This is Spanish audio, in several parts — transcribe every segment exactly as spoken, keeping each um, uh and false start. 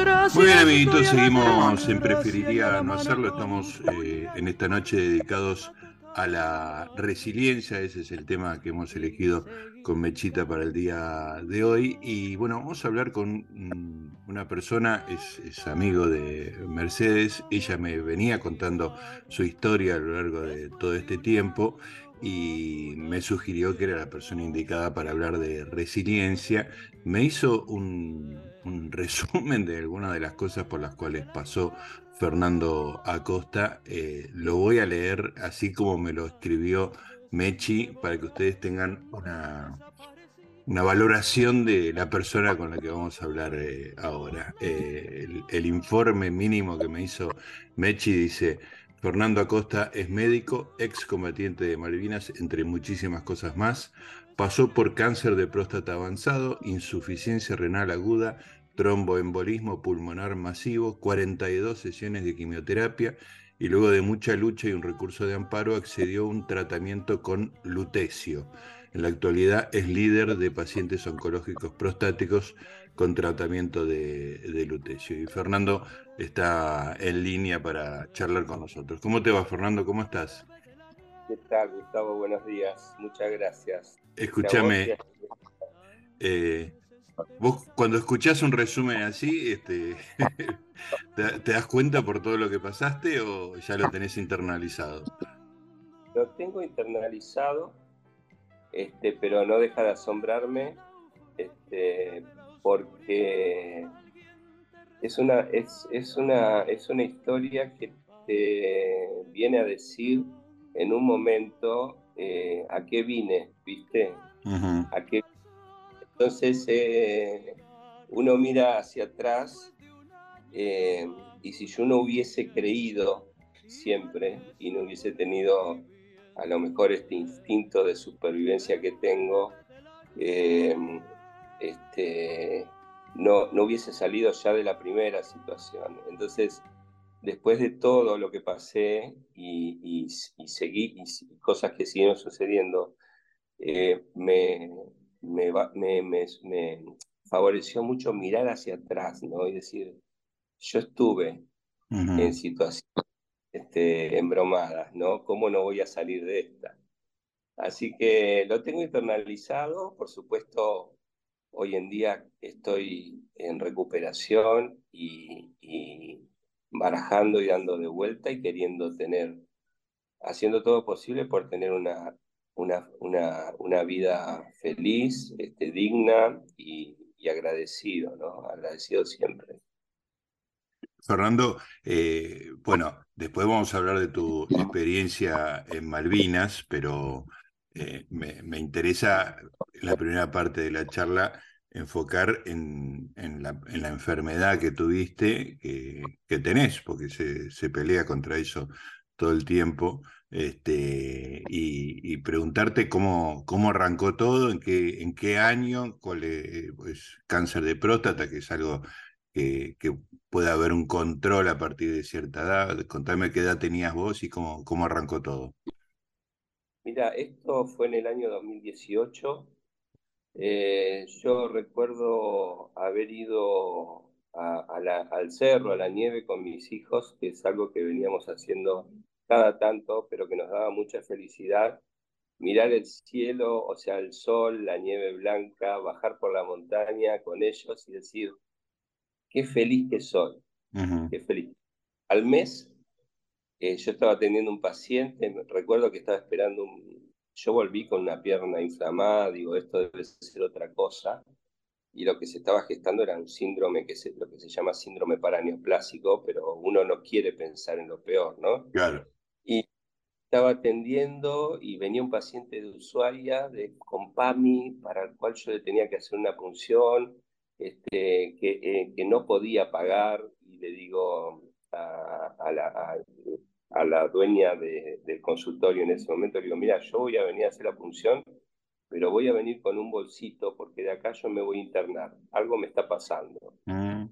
Muy bien, amiguitos, seguimos en Preferiría no hacerlo. Estamos eh, en esta noche dedicados a la resiliencia. Ese es el tema que hemos elegido con Mechita para el día de hoy. Y bueno, vamos a hablar con mm, una persona, es, es amigo de Mercedes. Ella me venía contando su historia a lo largo de todo este tiempo y me sugirió que era la persona indicada para hablar de resiliencia. Me hizo un, un resumen de algunas de las cosas por las cuales pasó Fernando Acosta. Eh, lo voy a leer así como me lo escribió Mechi para que ustedes tengan una, una valoración de la persona con la que vamos a hablar eh, ahora. Eh, el, el informe mínimo que me hizo Mechi dice: Fernando Acosta es médico, excombatiente de Malvinas, entre muchísimas cosas más. Pasó por cáncer de próstata avanzado, insuficiencia renal aguda, tromboembolismo pulmonar masivo, cuarenta y dos sesiones de quimioterapia y luego de mucha lucha y un recurso de amparo accedió a un tratamiento con lutecio. En la actualidad es líder de pacientes oncológicos prostáticos con tratamiento de, de lutecio. Y Fernando está en línea para charlar con nosotros. ¿Cómo te va, Fernando? ¿Cómo estás? ¿Qué tal, Gustavo? Buenos días. Muchas gracias. Este, a vos y a... Escúchame, eh, vos cuando escuchás un resumen así, este, ¿te, te das cuenta por todo lo que pasaste o ya lo tenés internalizado? Lo tengo internalizado, este, pero no deja de asombrarme, este, porque es una, es, es una, es una historia que te viene a decir en un momento eh, a qué vine, ¿viste? Ujú. ¿A qué? Entonces eh, uno mira hacia atrás. Eh, y si yo no hubiese creído siempre y no hubiese tenido a lo mejor este instinto de supervivencia que tengo, eh, este, no, no hubiese salido ya de la primera situación. Entonces, después de todo lo que pasé y, y, y seguí, y cosas que siguieron sucediendo, eh, me, me, me, me, me favoreció mucho mirar hacia atrás, ¿no? Y decir, yo estuve en Ujú. situaciones este, embromadas, ¿no? ¿Cómo no voy a salir de esta? Así que lo tengo internalizado, por supuesto, hoy en día estoy en recuperación y, y barajando y dando de vuelta y queriendo tener, haciendo todo posible por tener una, una, una, una vida feliz, este, digna y, y agradecido, ¿no? Agradecido siempre. Fernando, eh, bueno, después vamos a hablar de tu experiencia en Malvinas, pero eh, me, me interesa la primera parte de la charla enfocar en, en la, en la enfermedad que tuviste, que, que tenés, porque se, se pelea contra eso todo el tiempo, este, y, y preguntarte cómo, cómo arrancó todo, en qué, en qué año, cuál es, pues, cáncer de próstata, que es algo que, que puede haber un control a partir de cierta edad. Contame qué edad tenías vos y cómo, cómo arrancó todo. Mira, esto fue en el año dos mil dieciocho. Eh, yo recuerdo haber ido a- a la- al cerro, a la nieve con mis hijos, que es algo que veníamos haciendo cada tanto, pero que nos daba mucha felicidad. Mirar el cielo, o sea, el sol, la nieve blanca, bajar por la montaña con ellos y decir, qué feliz que soy, Ujú. qué feliz. Al mes eh, yo estaba atendiendo un paciente, me- recuerdo que estaba esperando un... Yo volví con una pierna inflamada, digo, esto debe ser otra cosa, y lo que se estaba gestando era un síndrome que se, lo que se llama síndrome paraneoplásico, pero uno no quiere pensar en lo peor, ¿no? Claro. Y estaba atendiendo y venía un paciente de Ushuaia de, con PAMI para el cual yo le tenía que hacer una punción, este, que, eh, que no podía pagar, y le digo a, a la, a, a la dueña de, del consultorio en ese momento, le digo, mira, yo voy a venir a hacer la punción, pero voy a venir con un bolsito porque de acá yo me voy a internar, algo me está pasando. Mm.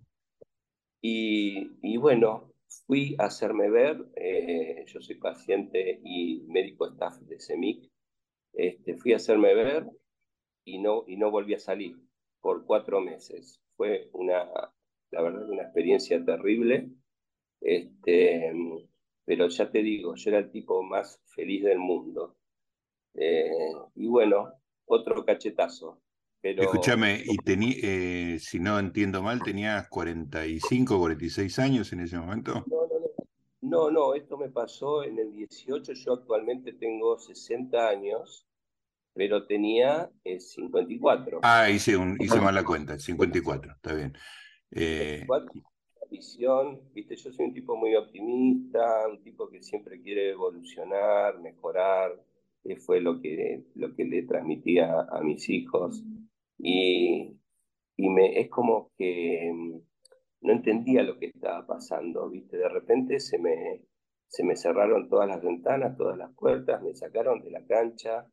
Y, y bueno, fui a hacerme ver, eh, yo soy paciente y médico staff de CEMIC, este, fui a hacerme ver y no, y no volví a salir por cuatro meses. Fue una la verdad, una experiencia terrible. Este, pero ya te digo, yo era el tipo más feliz del mundo. Eh, y bueno, otro cachetazo. Pero Escúchame, y tení, eh, si no entiendo mal, tenías cuarenta y cinco, cuarenta y seis años en ese momento. no, no, no, no, no, esto me pasó en el dieciocho. Yo actualmente tengo sesenta años, pero tenía eh, cincuenta y cuatro. Ah, hice, un, hice mal la cuenta, cincuenta y cuatro, está bien. Eh, cincuenta y cuatro, visión, viste, yo soy un tipo muy optimista, un tipo que siempre quiere evolucionar, mejorar, que fue lo que, lo que le transmitía a mis hijos. Y, y me, es como que mm, no entendía lo que estaba pasando, viste, de repente se me, se me cerraron todas las ventanas, todas las puertas, me sacaron de la cancha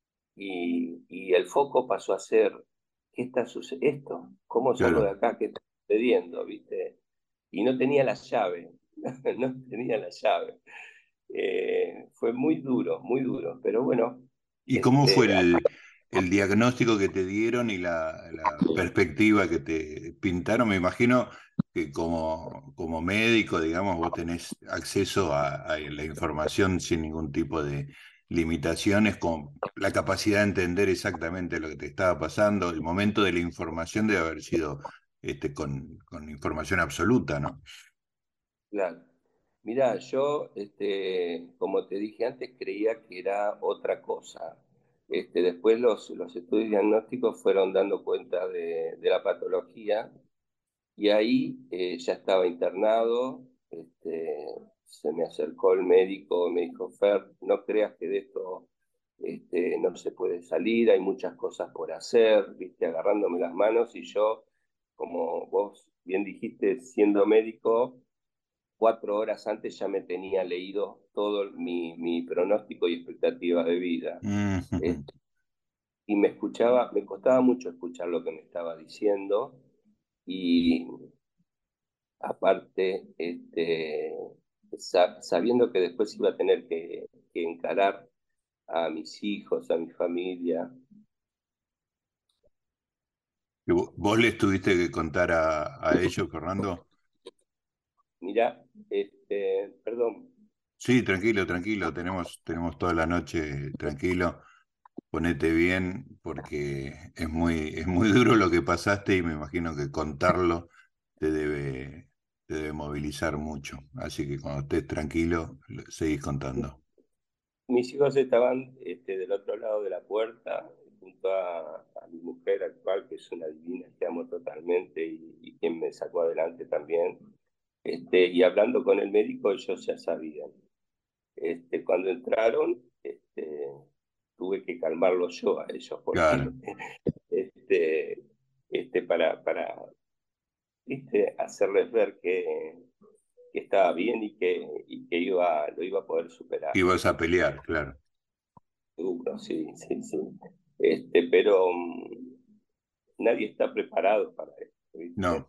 y, y el foco pasó a ser, ¿qué está sucediendo? Esto, ¿cómo salgo de claro. acá? ¿Qué está sucediendo? ¿Viste? Y no tenía la llave, no tenía la llave. Eh, fue muy duro, muy duro, pero bueno, ¿Y cómo fue este, el, el diagnóstico que te dieron y la, la perspectiva que te pintaron? Me imagino que como, como médico, digamos, vos tenés acceso a, a la información sin ningún tipo de limitaciones, con la capacidad de entender exactamente lo que te estaba pasando. El momento de la información debe haber sido este, con, con información absoluta, ¿no? claro. Mira, yo, este, como te dije antes, creía que era otra cosa. Este, después los, los estudios diagnósticos fueron dando cuenta de, de la patología. Y ahí eh, ya estaba internado, este, se me acercó el médico, me dijo, Fer, no creas que de esto este, no se puede salir, hay muchas cosas por hacer, viste, agarrándome las manos y yo, como vos bien dijiste, siendo médico, cuatro horas antes ya me tenía leído todo mi, mi pronóstico y expectativa de vida. Mm, Este, y me escuchaba, me costaba mucho escuchar lo que me estaba diciendo y aparte, este, sa- sabiendo que después iba a tener que, que encarar a mis hijos, a mi familia. ¿Y vo- ¿Vos les tuviste que contar a, a ellos, Fernando? Mirá, este, perdón, Sí, tranquilo, tranquilo, tenemos, tenemos toda la noche tranquilo. Ponete bien porque es muy, es muy duro lo que pasaste y me imagino que contarlo te debe, te debe movilizar mucho. Así que cuando estés tranquilo, lo- seguís contando. mis hijos estaban este, del otro lado de la puerta, junto a, a mi mujer actual, que es una divina, que amo totalmente y, y quien me sacó adelante también. Este, y hablando con el médico, ellos ya sabían. Este, cuando entraron, este, tuve que calmarlos yo a ellos porque Claro. este, este, para, para este, hacerles ver que, que estaba bien y que, y que iba, lo iba a poder superar. Ibas a pelear, claro. Seguro, sí, sí, sí. Este, pero um, nadie está preparado para esto, ¿viste? No,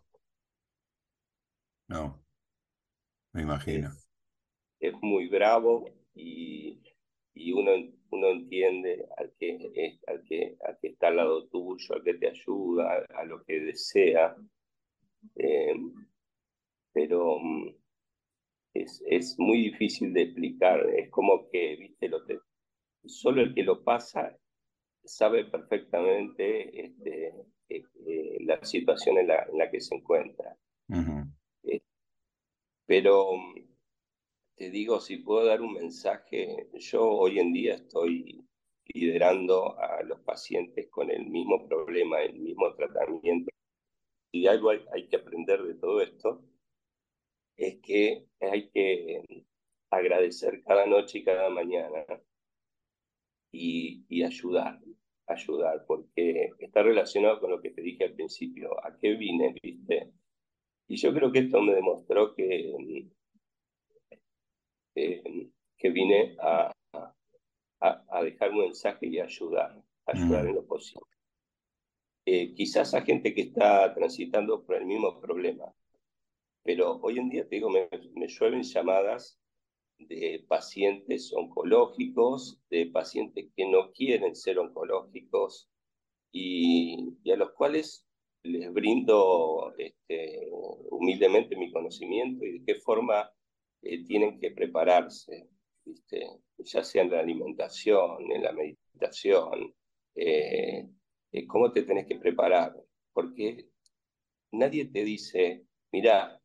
no, me imagino. Es, es muy bravo y, y uno, uno entiende al que, es, al, que, al que está al lado tuyo, al que te ayuda, a, a lo que desea, eh, pero um, es, es muy difícil de explicar. Es como que, viste, lo te, solo el que lo pasa sabe perfectamente este, eh, eh, la situación en la, en la que se encuentra. Ujú. Eh, pero um, te digo, si puedo dar un mensaje, yo hoy en día estoy liderando a los pacientes con el mismo problema, el mismo tratamiento. Y algo hay, hay que aprender de todo esto, es que hay que agradecer cada noche y cada mañana y, y ayudar, ayudar, porque está relacionado con lo que te dije al principio, a qué vine, ¿viste? Y yo creo que esto me demostró que, eh, que vine a, a, a, dejar un mensaje y ayudar, ayudar Ujú. en lo posible. Eh, quizás a gente que está transitando por el mismo problema, pero hoy en día, te digo, me, me llueven llamadas de pacientes oncológicos, de pacientes que no quieren ser oncológicos y, y a los cuales les brindo este, humildemente mi conocimiento y de qué forma eh, tienen que prepararse, ¿viste? Ya sea en la alimentación, en la meditación, eh, eh, cómo te tenés que preparar, porque nadie te dice, mirá,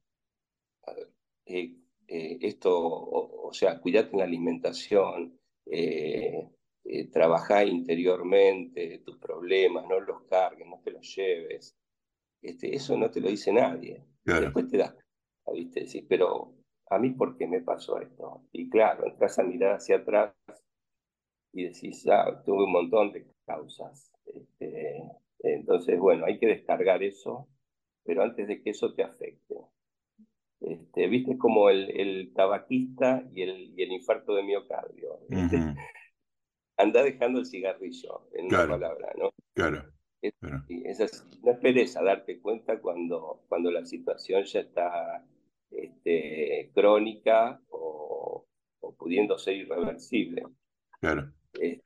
eh, eh, esto, o, o sea, cuidate en la alimentación, eh, eh, trabajá interiormente tus problemas, no los cargues, no te los lleves. Este, eso no te lo dice nadie. claro, Después te das cuenta, ¿viste? Decís, pero a mí, ¿por qué me pasó esto? Y claro, entras a mirar hacia atrás y decís, ah, tuve un montón de causas. Este, entonces, bueno, hay que descargar eso, pero antes de que eso te afecte. Este, ¿viste? Es como el, el tabaquista y el, y el infarto de miocardio. ujú, Anda dejando el cigarrillo, en una claro, palabra, ¿no? claro, Es, claro, es así. No esperes a darte cuenta cuando, cuando la situación ya está este, crónica o, o pudiendo ser irreversible. claro. Este,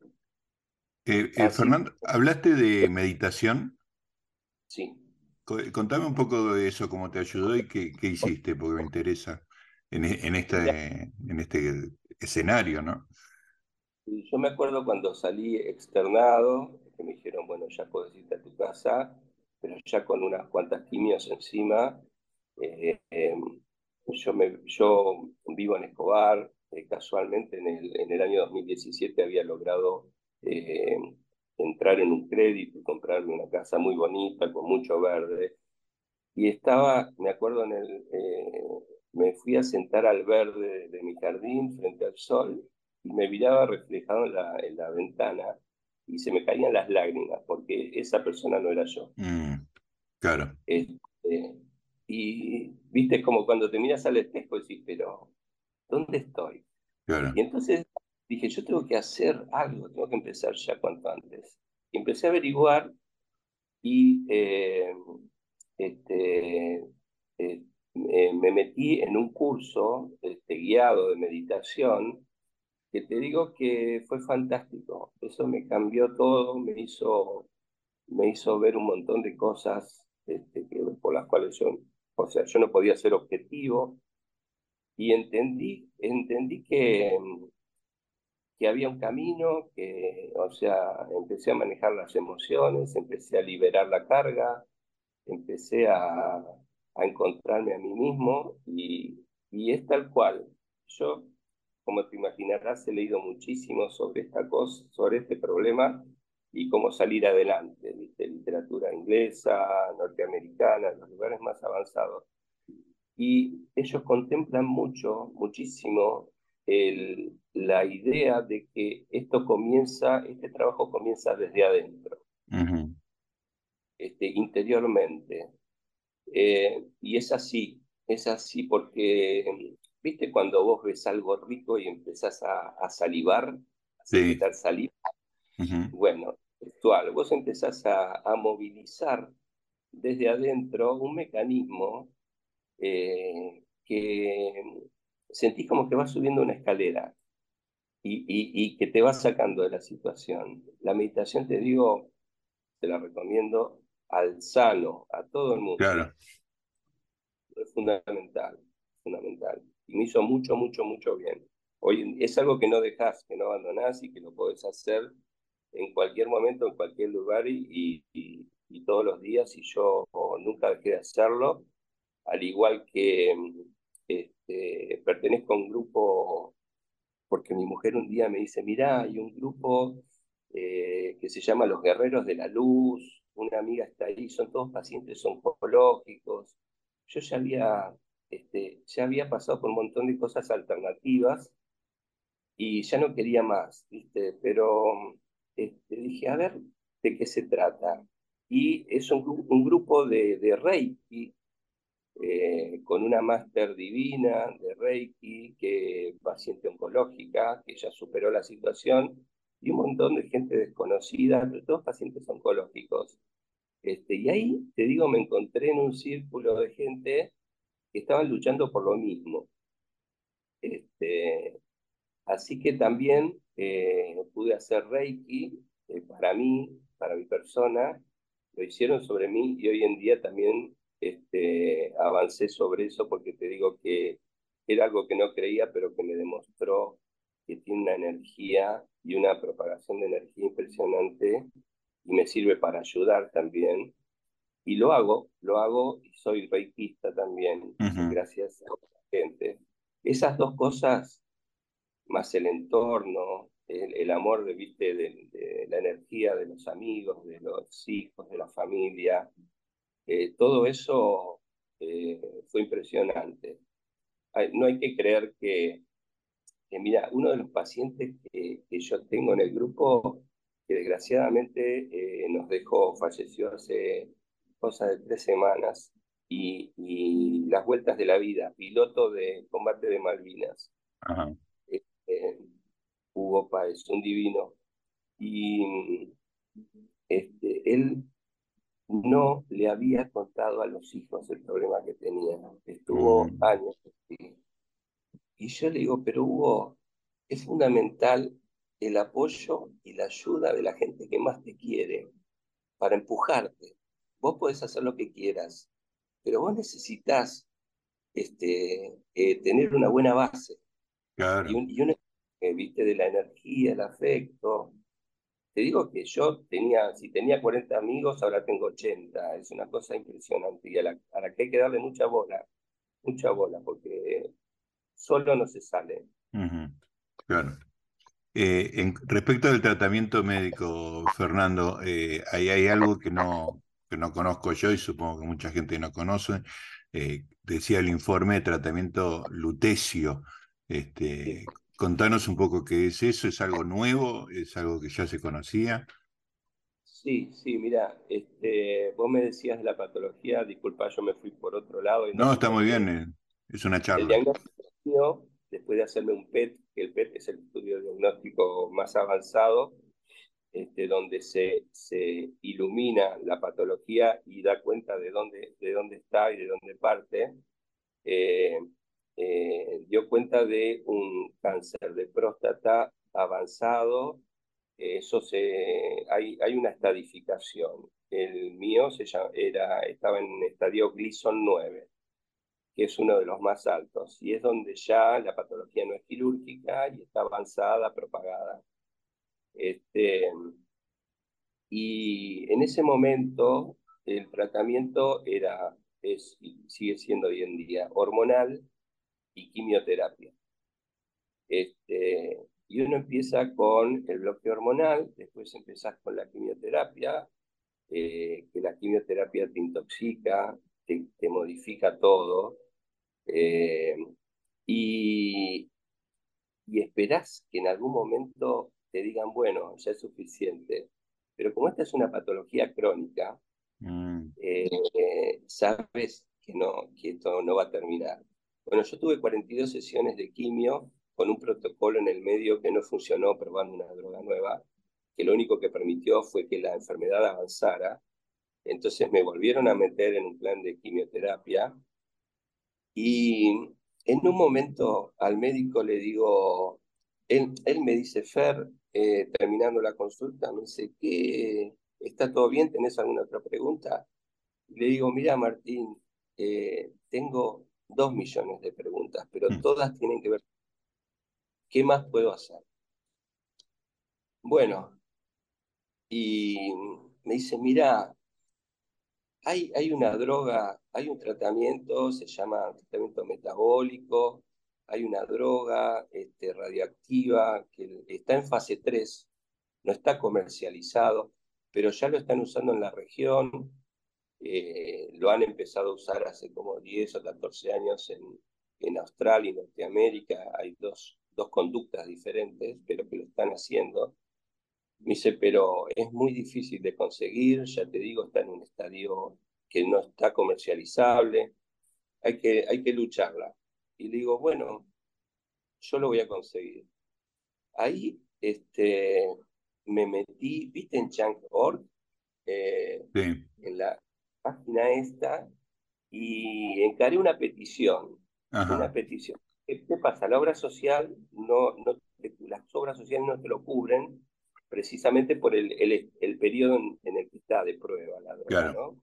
Eh, eh, así, Fernando, hablaste de meditación. sí. Co- Contame un poco de eso, cómo te ayudó y qué, qué hiciste, porque me interesa en, e- en Mirá, este, en este escenario, ¿no? yo me acuerdo cuando salí externado, que me dijeron, bueno, ya puedes irte a tu casa, pero ya con unas cuantas quimios encima. Eh, eh, yo, me, yo vivo en Escobar, eh, casualmente en el, en el año dos mil diecisiete había logrado eh, entrar en un crédito y comprarme una casa muy bonita, con mucho verde. Y estaba, me acuerdo, en el, eh, me fui a sentar al verde de, de mi jardín frente al sol y me miraba reflejado en la, en la ventana y se me caían las lágrimas porque esa persona no era yo. Mm, claro, Este, y viste como cuando te miras al espejo y decís, pero ¿dónde estoy? Y claro. entonces dije, yo tengo que hacer algo, tengo que empezar ya cuanto antes. Y empecé a averiguar y eh, este, eh, me, me metí en un curso este, guiado de meditación que te digo que fue fantástico. Eso me cambió todo, me hizo, me hizo ver un montón de cosas este, que, por las cuales yo, o sea, yo no podía ser objetivo y entendí, entendí que, que había un camino, que, o sea, empecé a manejar las emociones, empecé a liberar la carga, empecé a, a encontrarme a mí mismo y, y es tal cual. Yo, como te imaginarás, he leído muchísimo sobre esta cosa, sobre este problema y cómo salir adelante, ¿viste? Literatura inglesa, norteamericana, los lugares más avanzados. Y ellos contemplan mucho, muchísimo, el, la idea de que esto comienza, este trabajo comienza desde adentro, Ujú, este, interiormente. Eh, y es así, es así porque, viste, cuando vos ves algo rico y empezás a, a salivar, a sí, secretar saliva, ujú, bueno, textual, vos empezás a, a movilizar desde adentro un mecanismo eh, que sentís como que vas subiendo una escalera y, y, y que te vas sacando de la situación. La meditación, te digo, te la recomiendo al sano, a todo el mundo. claro, Es fundamental, fundamental. Y me hizo mucho, mucho, mucho bien. Hoy es algo que no dejas, que no abandonás y que lo podés hacer en cualquier momento, en cualquier lugar y, y, y todos los días. Y yo nunca dejé de hacerlo, al igual que este, pertenezco a un grupo, porque mi mujer un día me dice, mirá, hay un grupo eh, que se llama Los Guerreros de la Luz, una amiga está ahí, son todos pacientes oncológicos. Yo ya había, este, ya había pasado por un montón de cosas alternativas y ya no quería más, ¿viste? Pero este, dije, a ver, ¿de qué se trata? Y es un, un grupo de, de Reiki, eh, con una máster divina de Reiki, que paciente oncológica, que ya superó la situación, y un montón de gente desconocida, pero todos pacientes oncológicos. Este, y ahí, te digo, me encontré en un círculo de gente que estaban luchando por lo mismo. Este, así que también eh, pude hacer Reiki eh, para mí, para mi persona, lo hicieron sobre mí y hoy en día también este, avancé sobre eso porque te digo que era algo que no creía, pero que me demostró que tiene una energía y una propagación de energía impresionante y me sirve para ayudar también. Y lo hago, lo hago y soy reikista también, Ujú. gracias a la gente. Esas dos cosas, más el entorno, el, el amor de, ¿viste? De, de la energía de los amigos, de los hijos, de la familia, eh, todo eso eh, fue impresionante. Hay- no hay que creer que, que, mira, uno de los pacientes que, que yo tengo en el grupo, que desgraciadamente eh, nos dejó, falleció hace cosa de tres semanas, y, y las vueltas de la vida, piloto de combate de Malvinas, Ajá. eh, eh, Hugo Páez, un divino. Y este, él no le había contado a los hijos el problema que tenía. Estuvo Mm, años así. Y yo le digo, pero Hugo, es fundamental el apoyo y la ayuda de la gente que más te quiere para empujarte. Vos podés hacer lo que quieras, pero vos necesitas este, eh, tener una buena base y, claro. un, y una, eh, viste, de la energía, el afecto. Te digo que yo tenía, si tenía cuarenta amigos, ahora tengo ochenta. Es una cosa impresionante y a la, a la que hay que darle mucha bola, mucha bola, porque solo no se sale. Ujú, claro. Eh, en, respecto del tratamiento médico, Fernando, eh, ahí hay algo que no, que no conozco yo y supongo que mucha gente no conoce. Eh, decía el informe de tratamiento lutecio. Sí, Este, contanos un poco qué es eso, ¿es algo nuevo? ¿Es algo que ya se conocía? sí, sí, mira, este, vos me decías de la patología, disculpa, yo me fui por otro lado y no No, te está muy bien, conté. eh, es una El charla. diagnóstico mío, después de hacerme un P E T, que el P E T es el estudio diagnóstico más avanzado, este, donde se, se ilumina la patología y da cuenta de dónde, de dónde está y de dónde parte, eh, eh, dio cuenta de un cáncer de próstata avanzado. Eh, eso se, hay, hay una estadificación. El mío se llama, era, estaba en estadio Gleason nueve, que es uno de los más altos, y es donde ya la patología no es quirúrgica y está avanzada, propagada. Este, y en ese momento el tratamiento era, es, y sigue siendo hoy en día, hormonal y quimioterapia. Este, y uno empieza con el bloqueo hormonal, después empezás con la quimioterapia, eh, que la quimioterapia te intoxica, te, te modifica todo, eh, y, y esperás que en algún momento te digan, bueno, ya es suficiente. Pero como esta es una patología crónica, Mm, eh, eh, sabes que, no, que esto no va a terminar. Bueno, yo tuve cuarenta y dos sesiones de quimio con un protocolo en el medio que no funcionó probando una droga nueva, que lo único que permitió fue que la enfermedad avanzara. Entonces me volvieron a meter en un plan de quimioterapia y en un momento al médico le digo, él, él me dice, Fer, eh, terminando la consulta, me dice, ¿qué? ¿Está todo bien? ¿Tenés alguna otra pregunta? Le digo, mira, Martín, eh, tengo dos millones de preguntas, pero mm, todas tienen que ver, ¿qué más puedo hacer? Bueno, y me dice, mira, hay, hay una droga, hay un tratamiento, se llama tratamiento metabólico, hay una droga este, radioactiva que está en fase tres, no está comercializado, pero ya lo están usando en la región. Eh, lo han empezado a usar hace como diez o catorce años en, en Australia y Norteamérica. Hay dos, dos conductas diferentes, pero que lo están haciendo. Me dice, pero es muy difícil de conseguir, ya te digo, está en un estadio que no está comercializable, hay que, hay que lucharla. Y le digo, bueno, yo lo voy a conseguir. Ahí este, me metí, viste, en Chunk punto org, eh, sí, en la página esta, y encaré una petición, una ajá, petición. ¿Qué, qué pasa? La obra social, no, no las obras sociales no te lo cubren precisamente por el, el, el periodo en, en el que está de prueba la droga, Claro. ¿no?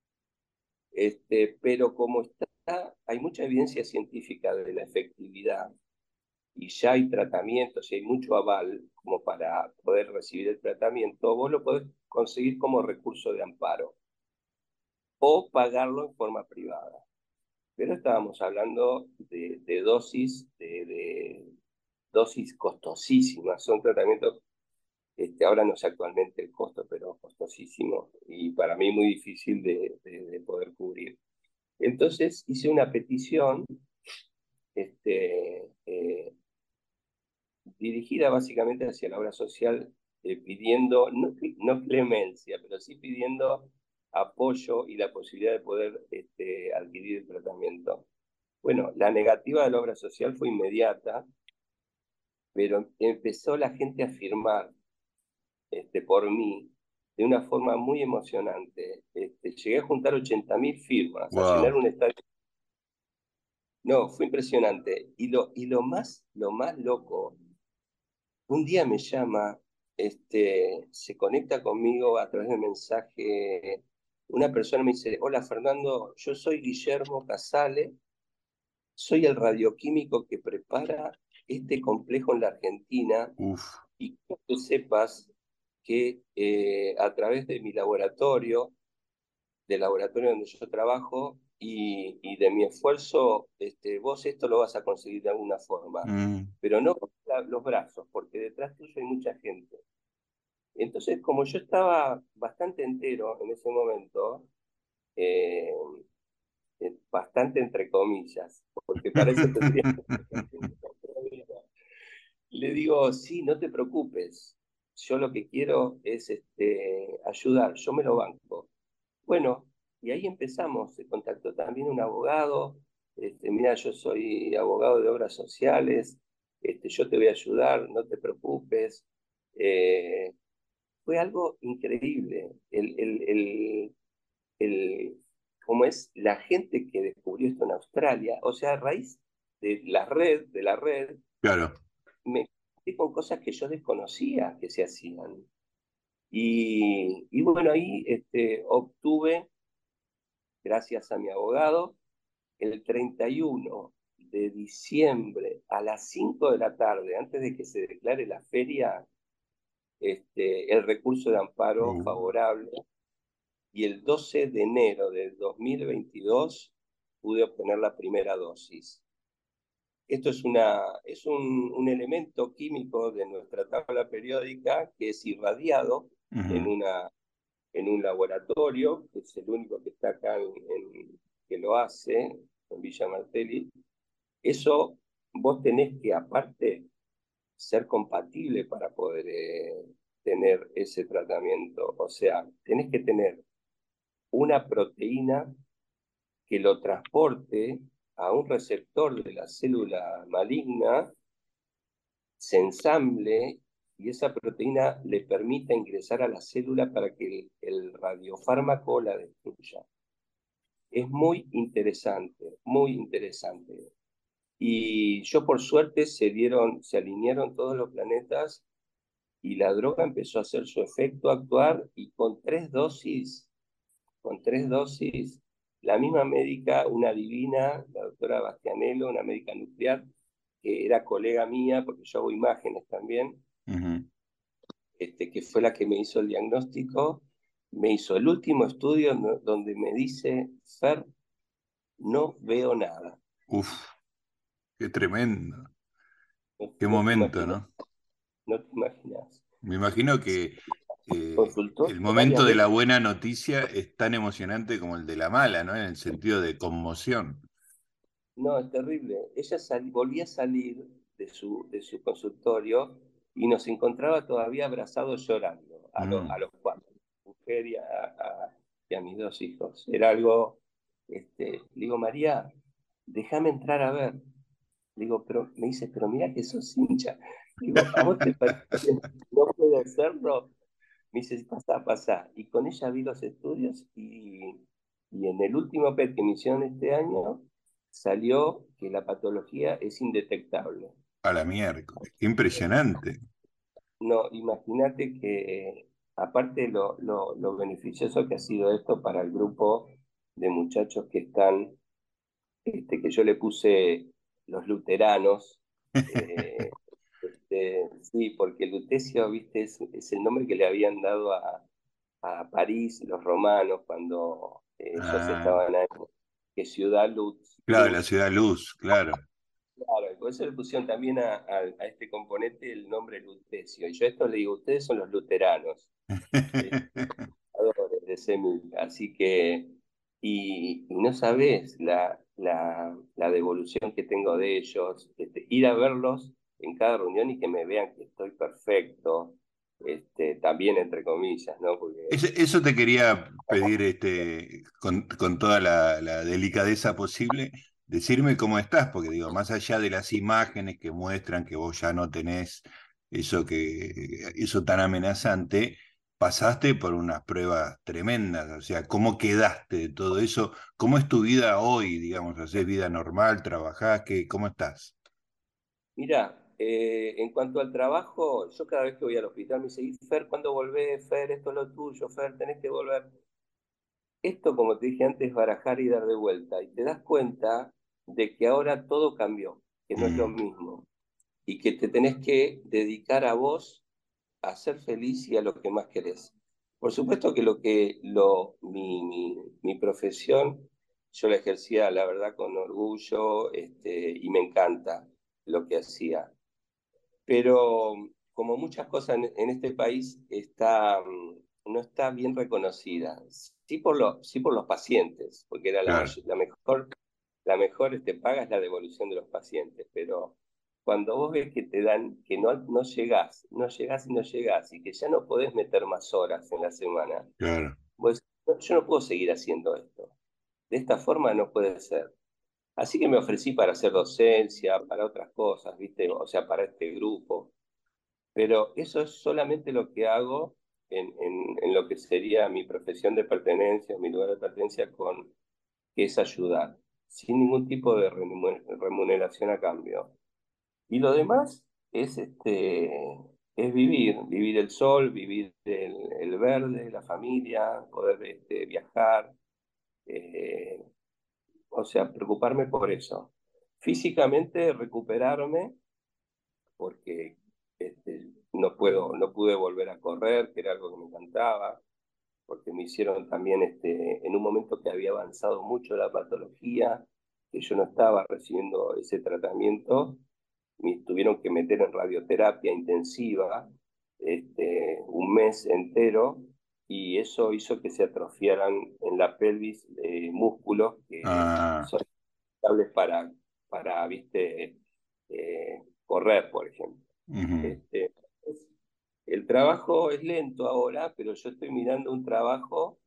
Este, pero como está, hay mucha evidencia científica de la efectividad y ya hay tratamientos y hay mucho aval como para poder recibir el tratamiento, vos lo podés conseguir como recurso de amparo o pagarlo en forma privada. Pero estábamos hablando de, de dosis, de, de, dosis costosísimas, son tratamientos, este, ahora no sé actualmente el costo, pero costosísimo y para mí muy difícil de, de, de poder cubrir. Entonces hice una petición este, eh, dirigida básicamente hacia la obra social, eh, pidiendo, no, no clemencia, pero sí pidiendo apoyo y la posibilidad de poder este, adquirir el tratamiento. Bueno, la negativa de la obra social fue inmediata, pero empezó la gente a firmar este, por mí de una forma muy emocionante. Este, llegué a juntar ochenta mil firmas, a llenar Wow. un estadio. No, fue impresionante. Y lo, y lo, más, lo más loco, un día me llama, este, se conecta conmigo a través de mensaje, una persona me dice, hola Fernando, yo soy Guillermo Casale, soy el radioquímico que prepara este complejo en la Argentina Uf. y quiero que sepas que eh, a través de mi laboratorio, del laboratorio donde yo trabajo y, y de mi esfuerzo, este, vos esto lo vas a conseguir de alguna forma, Mm. pero no con los brazos, porque detrás tuyo hay mucha gente. Entonces, como yo estaba bastante entero en ese momento, eh, eh, bastante entre comillas, porque para eso tendría que le digo, sí, no te preocupes, yo lo que quiero es este, ayudar, yo me lo banco. Bueno, y ahí empezamos, se contactó también un abogado, este, mira, yo soy abogado de obras sociales, este, yo te voy a ayudar, no te preocupes. Eh, fue algo increíble, el, el, el, el, cómo es la gente que descubrió esto en Australia, o sea, a raíz de la red, de la red, Claro. me quedé con cosas que yo desconocía que se hacían. Y, y bueno, ahí este, obtuve, gracias a mi abogado, el treinta y uno de diciembre a las cinco de la tarde, antes de que se declare la feria, este, el recurso de amparo Uh. favorable. Y el doce de enero de dos mil veintidós pude obtener la primera dosis. Esto es, una, es un, un elemento químico de nuestra tabla periódica que es irradiado en, Ujú. una, en un laboratorio, que es el único que está acá en, en, que lo hace, en Villa Martelli. Eso vos tenés que, aparte, ser compatible para poder eh, tener ese tratamiento. O sea, tenés que tener una proteína que lo transporte a un receptor de la célula maligna, se ensamble y esa proteína le permita ingresar a la célula para que el, el radiofármaco la destruya. Es muy interesante, muy interesante. Y yo por suerte se dieron, se alinearon todos los planetas y la droga empezó a hacer su efecto, a actuar y con tres dosis, con tres dosis, la misma médica, una divina, la doctora Bastianello, una médica nuclear, que era colega mía, porque yo hago imágenes también, Ujú. este, que fue la que me hizo el diagnóstico, me hizo el último estudio no, donde me dice, Fer, no veo nada. Uf, qué tremendo. No, Qué no te momento, imaginas, ¿no? no te imaginas. Me imagino que eh, Consultó el varias momento de la veces. buena noticia es tan emocionante como el de la mala, ¿no? En el sentido de conmoción. No, es terrible. Ella sal, volvía a salir de su, de su consultorio y nos encontraba todavía abrazados llorando a, lo, a Mm. los cuatro, mujer y a, a, y a mis dos hijos. Era algo, este, le digo, María, déjame entrar a ver. Le digo, pero me dice, pero mira que sos hincha. Le digo, ¿a vos te parece que no puedo hacerlo? Me dice, pasa, pasa. Y con ella vi los estudios y, y en el último P E T que me hicieron este año salió que la patología es indetectable. A la miércoles. Qué impresionante. No, imagínate que aparte lo, lo, lo beneficioso que ha sido esto para el grupo de muchachos que están, este, que yo le puse los luteranos. eh, este, sí, porque Lutecio, viste, es, es el nombre que le habían dado a, a París los romanos cuando eh, ellos Ah, estaban ahí, que ciudad luz, claro, la luz. ciudad luz, claro. Claro, y por eso le pusieron también a, a, a este componente el nombre Lutecio. Y yo a esto le digo, ustedes son los luteranos, eh, fundadores de Semilla. Así que, y, y no sabés la, la, la devolución que tengo de ellos, este, ir a verlos en cada reunión y que me vean que estoy perfecto, este, también entre comillas, ¿no? Porque Eso, eso te quería pedir este, con, con toda la, la delicadeza posible, decirme cómo estás, porque digo, más allá de las imágenes que muestran que vos ya no tenés eso que, eso tan amenazante, pasaste por unas pruebas tremendas, o sea, ¿cómo quedaste de todo eso? ¿Cómo es tu vida hoy, digamos? ¿Hacés vida normal? ¿Trabajás? ¿Qué, cómo estás? mira, eh, en cuanto al trabajo, yo cada vez que voy al hospital me dice, "Y Fer, ¿cuándo volvés? Fer, esto es lo tuyo, Fer, tenés que volver". Esto, como te dije antes, es barajar y dar de vuelta. Y te das cuenta de que ahora todo cambió, que no es lo Mm, mismo. Y que te tenés que dedicar a vos, a ser feliz y a lo que más querés. Por supuesto que lo que lo, mi, mi, mi profesión, yo la ejercía, la verdad, con orgullo, este, y me encanta lo que hacía. Pero como muchas cosas en, en este país, está, mm, no está bien reconocida. Sí por, lo, sí por los pacientes, porque era la, claro, may- la mejor, la mejor este, paga es la devolución de los pacientes, pero cuando vos ves que te dan, que no, no llegás, no llegás y no llegás, y que ya no podés meter más horas en la semana, claro. pues yo no puedo seguir haciendo esto. De esta forma no puede ser. Así que me ofrecí para hacer docencia, para otras cosas, ¿viste? O sea, para este grupo. Pero eso es solamente lo que hago en, en, en lo que sería mi profesión de pertenencia, mi lugar de pertenencia, con, que es ayudar, sin ningún tipo de remuneración a cambio. Y lo demás es, este, es vivir, vivir el sol, vivir el, el verde, la familia, poder este, viajar, eh, o sea, preocuparme por eso. Físicamente recuperarme porque este, no puedo, no pude volver a correr, que era algo que me encantaba, porque me hicieron también este, en un momento que había avanzado mucho la patología, que yo no estaba recibiendo ese tratamiento, me tuvieron que meter en radioterapia intensiva este, un mes entero, y eso hizo que se atrofiaran en la pelvis eh, músculos que Ah, son estables para, para viste, eh, correr, por ejemplo. ujú, Este, el trabajo es lento ahora, pero yo estoy mirando un trabajo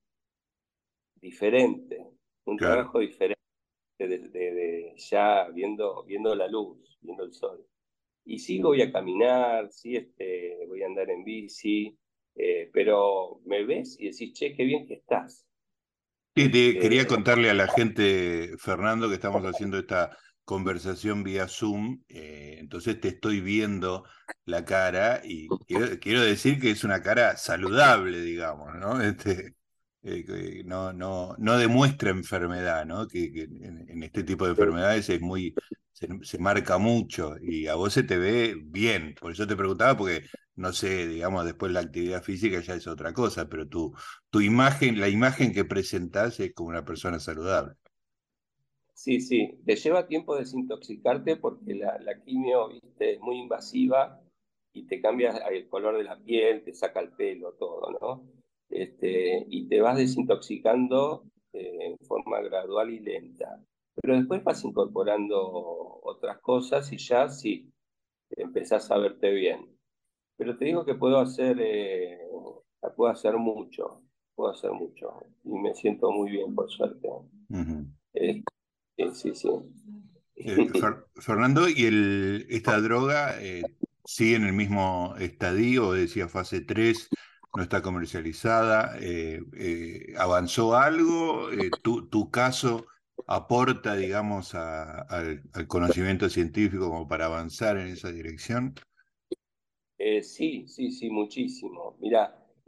diferente, un claro. trabajo diferente, de, de- de ya viendo, viendo la luz, viendo el sol. Y sí voy a caminar, sí este, voy a andar en bici, eh, pero me ves y decís, che, qué bien que estás. Sí, te quería Este, contarle a la gente, Fernando, que estamos haciendo esta conversación vía Zoom, eh, entonces te estoy viendo la cara y quiero, quiero decir que es una cara saludable, digamos, ¿no? Este, eh, que no, no, no demuestra enfermedad, ¿no? Que, que en, en este tipo de enfermedades es muy, se, se marca mucho y a vos se te ve bien, por eso te preguntaba, porque no sé, digamos, después la actividad física ya es otra cosa, pero tú tu imagen, la imagen que presentás es como una persona saludable. Sí, sí, te lleva tiempo desintoxicarte porque la, la quimio, viste, es muy invasiva y te cambia el color de la piel, te saca el pelo, todo, ¿no? Este, y te vas desintoxicando eh, en forma gradual y lenta. Pero después vas incorporando otras cosas y ya sí, empezás a verte bien. Pero te digo que puedo hacer, eh, puedo hacer mucho, puedo hacer mucho y me siento muy bien, por suerte. Ujú. Eh, sí, sí, sí. Eh, Fer- Fernando, ¿y el, esta droga eh, sigue en el mismo estadio? Decía fase tres, no está comercializada. Eh, eh, ¿avanzó algo? Eh, tu, ¿tu caso aporta, digamos, a- al, al conocimiento científico como para avanzar en esa dirección? Eh, sí, sí, sí, muchísimo. Mira,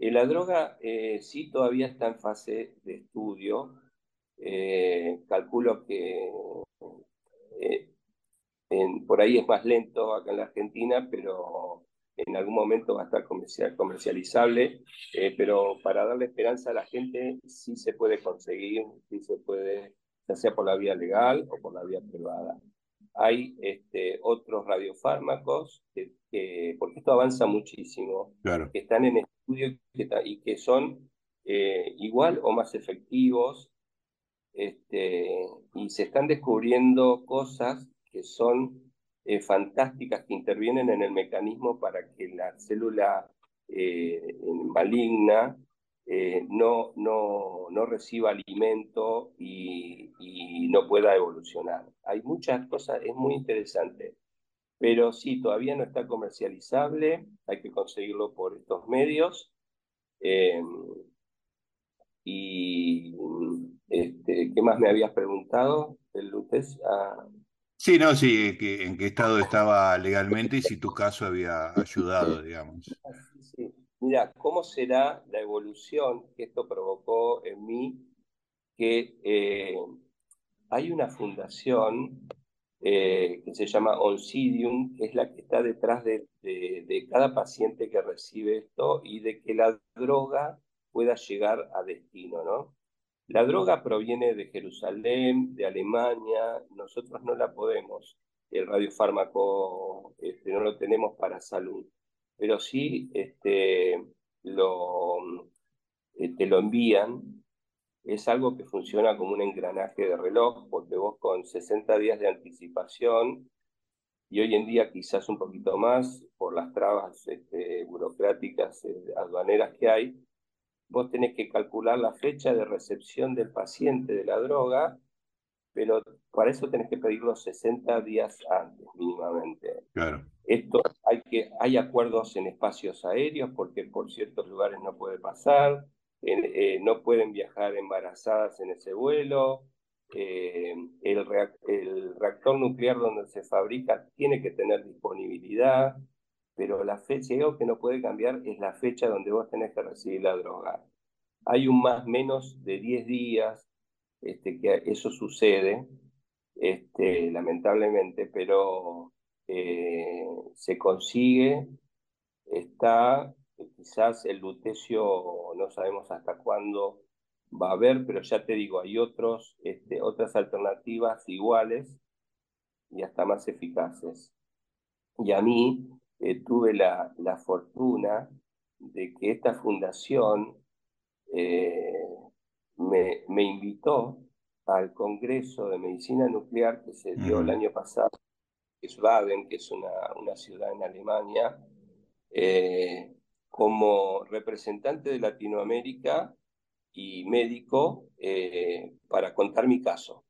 Eh, la droga eh, sí todavía está en fase de estudio. Eh, calculo que eh, en- por ahí es más lento acá en la Argentina, pero en algún momento va a estar comercial, comercializable. Eh, pero para darle esperanza a la gente, sí se puede conseguir, sí se puede, ya sea por la vía legal o por la vía privada. Hay este, otros radiofármacos, que, que- porque esto avanza muchísimo, Claro, que están en estudio y que, y que son eh, igual o más efectivos, este, y se están descubriendo cosas que son eh, fantásticas, que intervienen en el mecanismo para que la célula eh, maligna eh, no, no, no reciba alimento y, y no pueda evolucionar. Hay muchas cosas, es muy interesante, pero sí, todavía no está comercializable, hay que conseguirlo por estos medios. Eh, y este, ¿qué más me habías preguntado? El Lutes. Ah, sí, no, sí, que, en qué estado estaba legalmente y si tu caso había ayudado, digamos. sí, sí. Mira, ¿cómo será la evolución que esto provocó en mí? Que eh, hay una fundación eh, que se llama Oncidium, que es la que está detrás de, de, de cada paciente que recibe esto y de que la droga pueda llegar a destino, ¿no? La droga proviene de Jerusalén, de Alemania, nosotros no la podemos, el radiofármaco este, no lo tenemos para salud, pero sí este, lo, eh, te lo envían. Es algo que funciona como un engranaje de reloj, porque vos con sesenta días de anticipación, y hoy en día quizás un poquito más por las trabas este, burocráticas, eh, aduaneras que hay, vos tenés que calcular la fecha de recepción del paciente de la droga, pero para eso tenés que pedirlo sesenta días antes mínimamente. Claro, Esto hay, que, hay acuerdos en espacios aéreos porque por ciertos lugares no puede pasar, eh, eh, no pueden viajar embarazadas en ese vuelo, eh, el, reac el reactor nuclear donde se fabrica tiene que tener disponibilidad, pero la fecha, algo que no puede cambiar es la fecha donde vos tenés que recibir la droga. Hay un más menos de diez días este, que eso sucede, este, lamentablemente, pero eh, se consigue, está, eh, quizás el lutecio no sabemos hasta cuándo va a haber, pero ya te digo, hay otros, este, otras alternativas iguales y hasta más eficaces. Y a mí eh, tuve la, la fortuna de que esta fundación eh, me, me invitó al Congreso de Medicina Nuclear que se dio el ujú, año pasado, que es Baden, que es una, una ciudad en Alemania, eh, como representante de Latinoamérica y médico eh, para contar mi caso.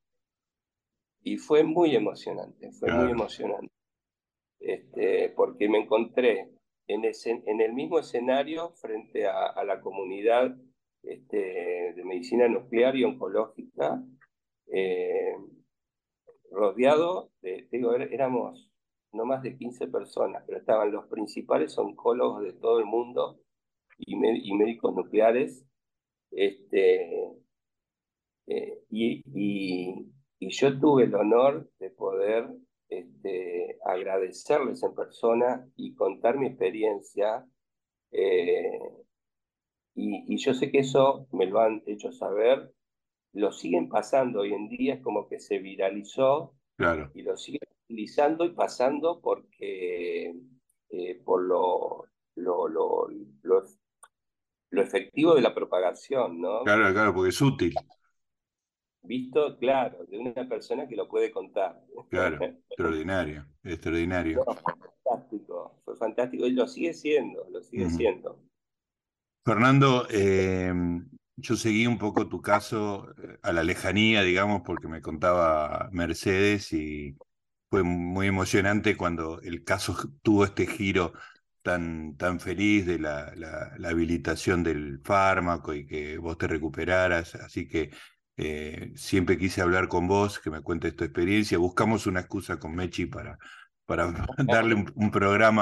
Y fue muy emocionante, fue muy claro. emocionante, este, porque me encontré en, ese, en el mismo escenario frente a, a la comunidad este, de medicina nuclear y oncológica, eh, rodeado de, digo, éramos no más de quince personas, pero estaban los principales oncólogos de todo el mundo y, y médicos nucleares, este, eh, y, y, y, yo tuve el honor de poder este, agradecerles en persona y contar mi experiencia, eh, y, y yo sé que eso me lo han hecho saber, lo siguen pasando hoy en día, es como que se viralizó Claro, y lo siguen utilizando y pasando porque eh, por lo, lo, lo, lo, lo efectivo de la propagación, ¿no? claro, claro, porque es útil. Visto, claro, de una persona que lo puede contar. Claro, extraordinario, No, extraordinario. fantástico, fue fantástico y lo sigue siendo, lo sigue Ujú. siendo. Fernando, eh, yo seguí un poco tu caso eh, a la lejanía, digamos, porque me contaba Mercedes y fue muy emocionante cuando el caso tuvo este giro tan, tan feliz de la, la- la habilitación del fármaco y que vos te recuperaras. Así que eh, siempre quise hablar con vos, que me cuentes tu experiencia. Buscamos una excusa con Mechi para, para darle un, un programa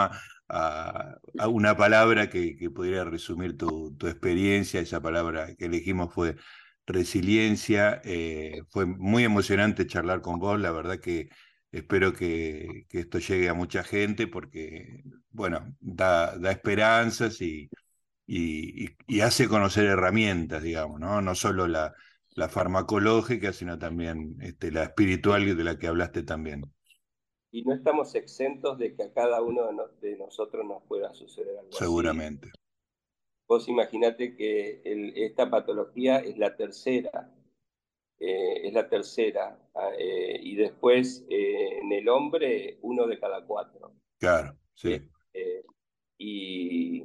a, a una palabra que, que pudiera resumir tu, tu experiencia. Esa palabra que elegimos fue resiliencia. Eh, fue muy emocionante charlar con vos, la verdad que espero que, que esto llegue a mucha gente porque, bueno, da, da esperanzas y, y, y, y hace conocer herramientas, digamos, ¿no? No solo la, la farmacológica, sino también este, la espiritual de la que hablaste también. Y no estamos exentos de que a cada uno de, no, de nosotros nos pueda suceder algo así. Seguramente. Vos imaginate que el, esta patología es la tercera, eh, es la tercera, eh, y después eh, en el hombre uno de cada cuatro. Claro, Eh, sí. eh, y,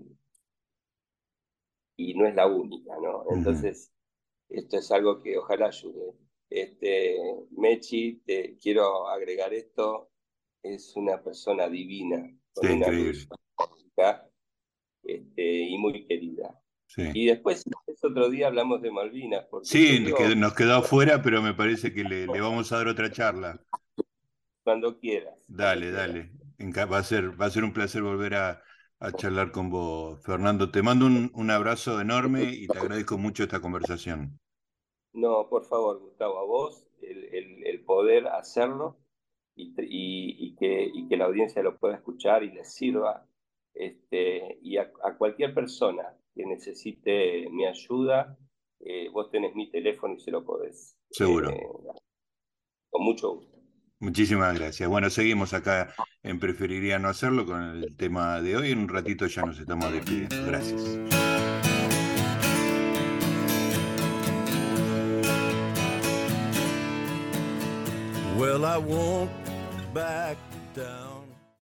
y no es la única, ¿no? Uh-huh. Entonces, esto es algo que ojalá ayude. Este, Mechi, te quiero agregar esto, es una persona divina, Sí, con una increíble. luz fantástica, este, y muy querida. Sí. Y después, ese otro día hablamos de Malvinas, porque yo Sí, que digo, nos quedó afuera, pero me parece que le, le vamos a dar otra charla. cuando quieras, cuando Dale, quieras. dale. Enca- Va a ser, va a ser un placer volver a, a charlar con vos, Fernando. Te mando un, un abrazo enorme y te agradezco mucho esta conversación. No, por favor, Gustavo, a vos el, el, el poder hacerlo y, y, y, que, y que la audiencia lo pueda escuchar y les sirva. Este, y a, a cualquier persona que necesite mi ayuda, eh, vos tenés mi teléfono y se lo podés. Seguro. Eh, con mucho gusto. Muchísimas gracias. Bueno, seguimos acá en Preferiría no hacerlo con el tema de hoy. En un ratito ya nos estamos despidiendo. Gracias. Well, I won't back down.